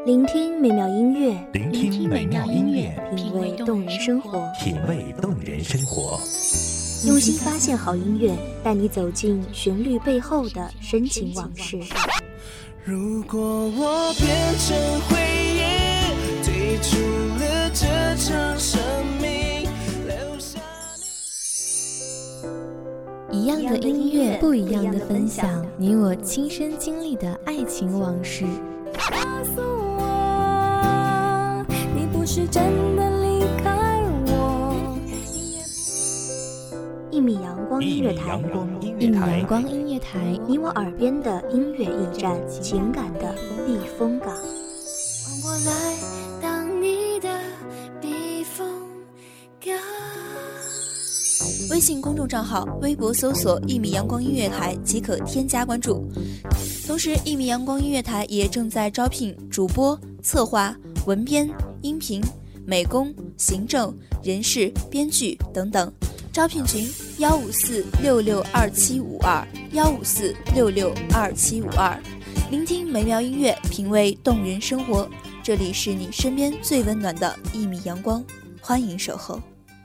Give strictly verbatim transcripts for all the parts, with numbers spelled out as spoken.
聆听美妙音乐， 聆听美妙音乐， 品味动人生活， 品味动人生活。 用心发现好音乐，带你走进旋律背后的深情往事。 如果我变成回忆，退出了这场生命，留下一样的音乐，不一样的分享，你我亲身经历的爱情往事。 告诉我，你不是真的离开我。 一米阳光音乐台， 一米阳光音乐台， 你我耳边的音乐驿站，情感的避风港。 换我来当你的避风港。 微信公众账号、微博搜索“一米阳光音乐台”即可添加关注。同时，一米阳光音乐台也正在招聘主播、策划、文编、音频、美工、行政、人事、编剧等等。招聘群：幺五四六六二七五二幺五四六六二七五二。聆听美妙音乐，品味动人生活。这里是你身边最温暖的一米阳光，欢迎守候。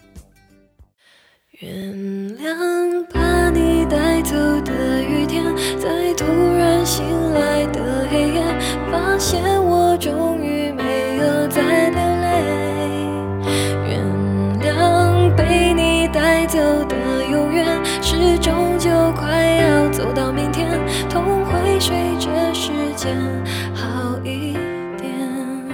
原谅把你带走的雨天，在突然醒来的黑夜，发现我终于没有再流泪。原谅被你带走的永远，是终究快要走到明天，痛会随着时间好一点。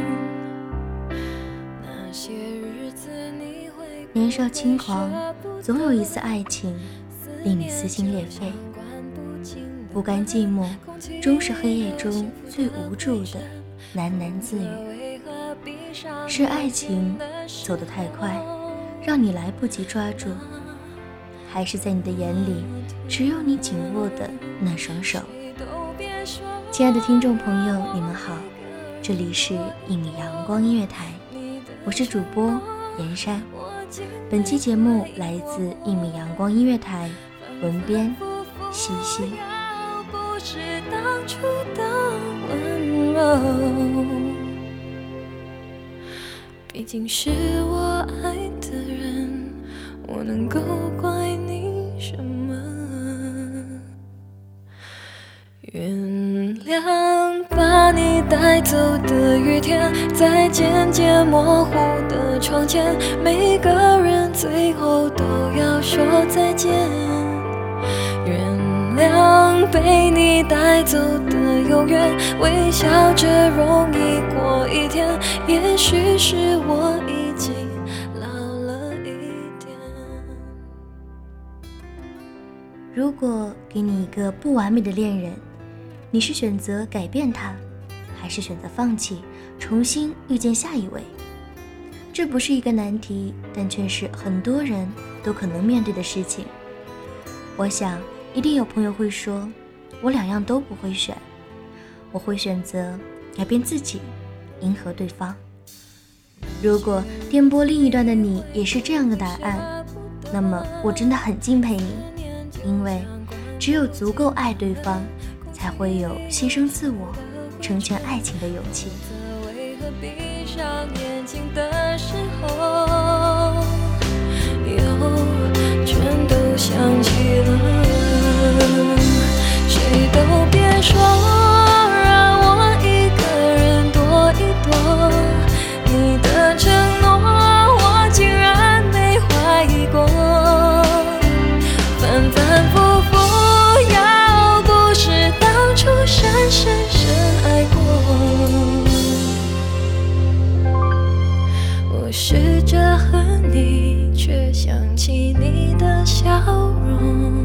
那些日子你会年少轻狂，总有一丝爱情令你撕心裂肺，不甘寂寞，终是黑夜中最无助的喃喃自语。是爱情走得太快，让你来不及抓住，还是在你的眼里只有你紧握的那双手？亲爱的听众朋友，你们好，这里是一米阳光音乐台，我是主播严山。本期节目来自一米阳光音乐台，文编西西。 不是当初的温柔，毕竟是我爱的人，我能够怪你什么？原谅把你带走的雨天，在渐渐模糊的窗前，每个人最后都要说再见。原谅被你带走的永远，微笑着容易过一天，也许是我已经老了一点。 如果给你一个不完美的恋人，你是选择改变他，还是选择放弃，重新遇见下一位？这不是一个难题，但却是很多人都可能面对的事情。我想一定有朋友会说，我两样都不会选，我会选择改变自己，迎合对方。如果电波另一端的你也是这样的答案，那么我真的很敬佩你，因为只有足够爱对方，才会有牺牲自我成全爱情的勇气。 为何闭上眼睛的时候，又全都想起了？谁都别说，让我一个人躲一躲，你的承诺我竟然没怀疑过，反反复复，要不是当初深深深爱过，我试着恨你，却想起你的笑容。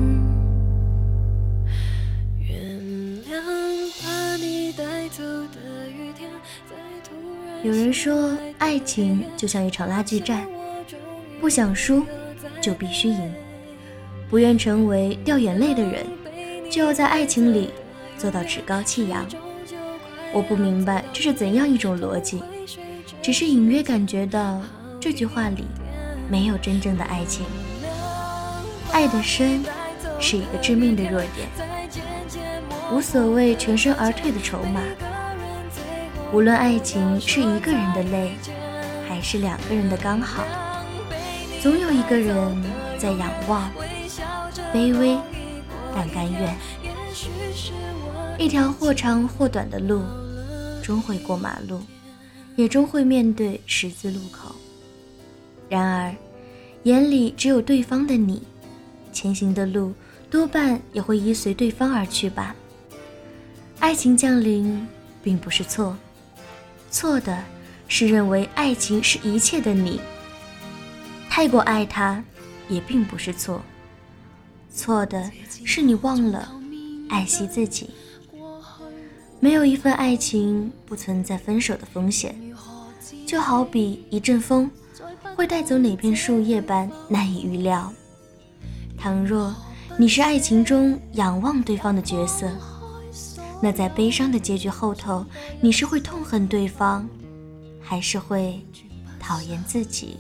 有人说，爱情就像一场拉锯战，不想输就必须赢，不愿成为掉眼泪的人，就要在爱情里做到趾高气扬。我不明白这是怎样一种逻辑，只是隐约感觉到这句话里没有真正的爱情。爱的深是一个致命的弱点，无所谓全身而退的筹码， 无论爱情是一个人的累，还是两个人的刚好，总有一个人在仰望，卑微但甘愿。一条或长或短的路，终会过马路，也终会面对十字路口。然而，眼里只有对方的你，前行的路多半也会依随对方而去吧。爱情降临并不是错，错的是认为爱情是一切的你。太过爱他也并不是错，错的是你忘了爱惜自己。没有一份爱情不存在分手的风险，就好比一阵风会带走哪片树叶般难以预料。倘若你是爱情中仰望对方的角色，那在悲伤的结局后头，你是会痛恨对方，还是会讨厌自己？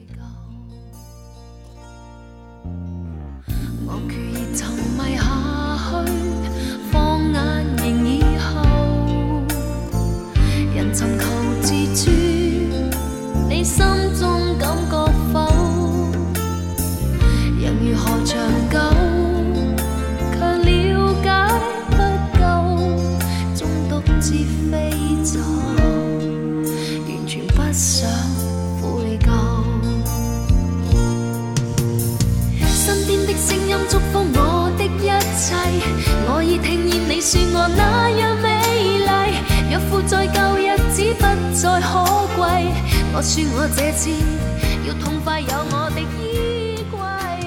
我決意沉迷下去，放眼仍以後，人尋求自主，你心中感覺否？人如何長久，卻了解不夠，終獨自飛走，完全不想悔疚。身邊的聲音祝福我的一切，我已聽見你說我那樣美麗，若負在舊日子不再可貴，我說我這次要痛快有我的衣櫃。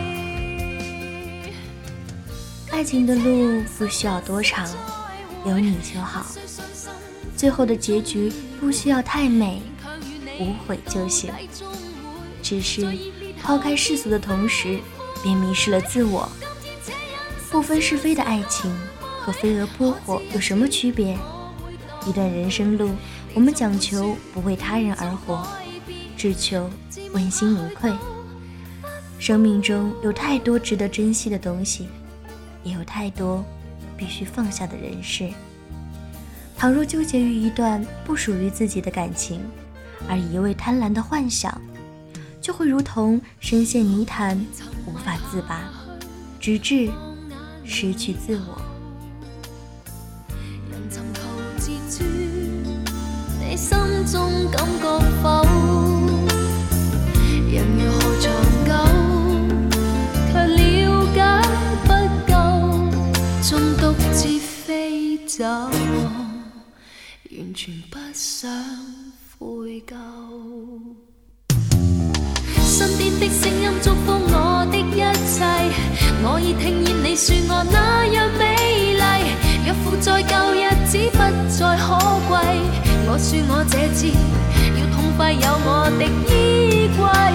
愛情的路不需要多長，有你就好，最後的結局不需要太美，無悔就行，只是拋開世俗的同時便迷失了自我。不分是非的愛情和飛蛾撲火有什麼區別？一段人生路，我們講求不為他人而活，只求問心無愧。生命中有太多值得珍惜的東西，也有太多必須放下的人事。倘若糾結於一段不屬於自己的感情，而一味貪婪的幻想，就會如同深陷泥潭無法自拔，直至失去自我。 人尋求自主，你心中感覺否？人如何長久，卻了解不夠，終獨自飛走，完全不想悔疚。身邊的聲音祝福我的一切，我已聽見你說我那樣美麗，若負在舊日子不再可貴，我說我這次要痛快有我的衣櫃。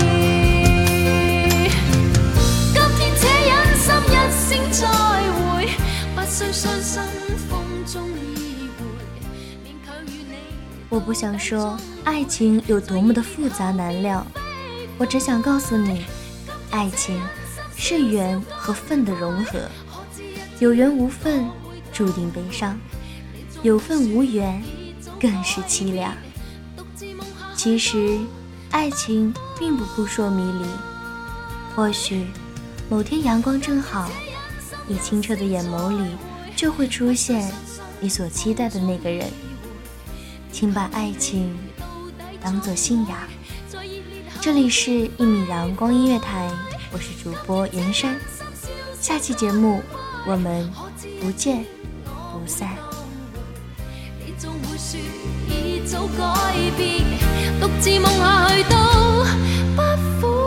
今天且忍心一聲再會，不需傷心風中依偎，勉強與你。 我不想說愛情有多麼的複雜難料，我只想告訴你，愛情是緣和分的融合，有緣無分注定悲傷，有份無緣更是凄涼。其實愛情並不撲朔迷離，或許某天陽光正好，你清澈的眼眸裡就會出現你所期待的那個人。請把愛情當作信仰。這裡是一米陽光音樂台，我是主播嚴珊，下期節目我們不見不散。 你總會說已早改變，獨自夢下去都不悔。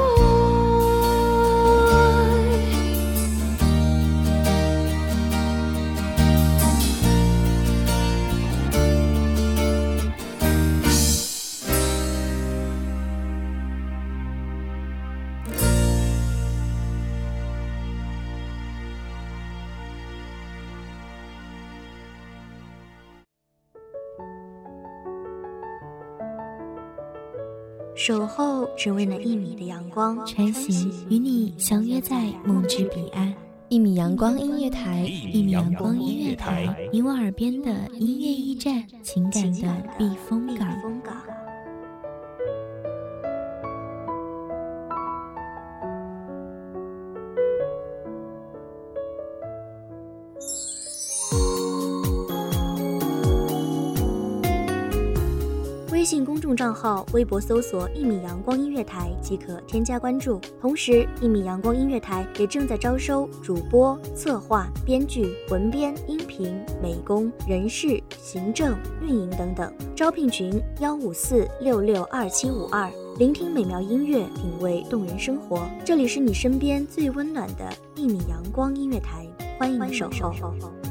守候只為那一米的陽光， 穿行與你相約在夢之彼岸。 一米阳光音乐台， 一米阳光音乐台， 你我耳边的音乐驿站，情感的避风港。 微信公众账号、微博搜索“一米阳光音乐台”即可添加关注。同时，一米阳光音乐台也正在招收主播、策划、编剧、文编、音频、美工、人事、行政、运营等等。招聘群：幺五四六六二七五二。聆听美妙音乐，品味动人生活。这里是你身边最温暖的一米阳光音乐台，欢迎你守候。